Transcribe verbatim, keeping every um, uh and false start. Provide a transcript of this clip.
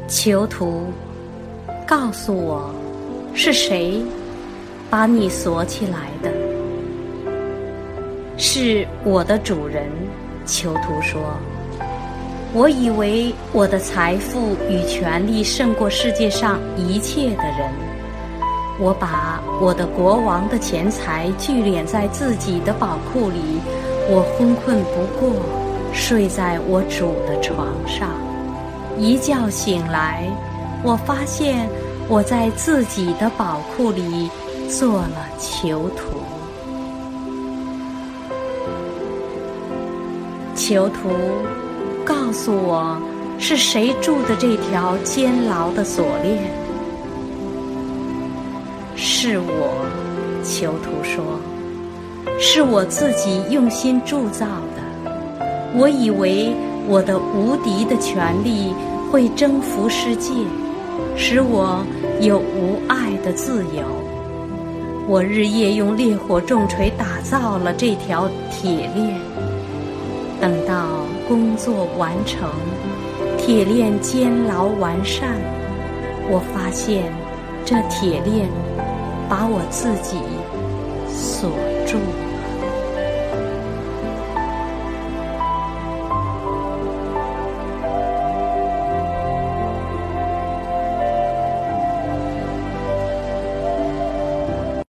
囚徒，告诉我，是谁把你锁起来的？是我的主人。囚徒说，我以为我的财富与权力胜过世界上一切的人，我把我的国王的钱财聚敛在自己的宝库里，我昏困不过，睡在我主的床上。一觉醒来，我发现我在自己的宝库里做了囚徒。囚徒，告诉我，是谁铸的这条监牢的锁链？是我。囚徒说，是我自己用心铸造的。我以为我的无敌的权力会征服世界，使我有无爱的自由。我日夜用烈火重锤打造了这条铁链，等到工作完成，铁链监牢完善，我发现这铁链把我自己锁住。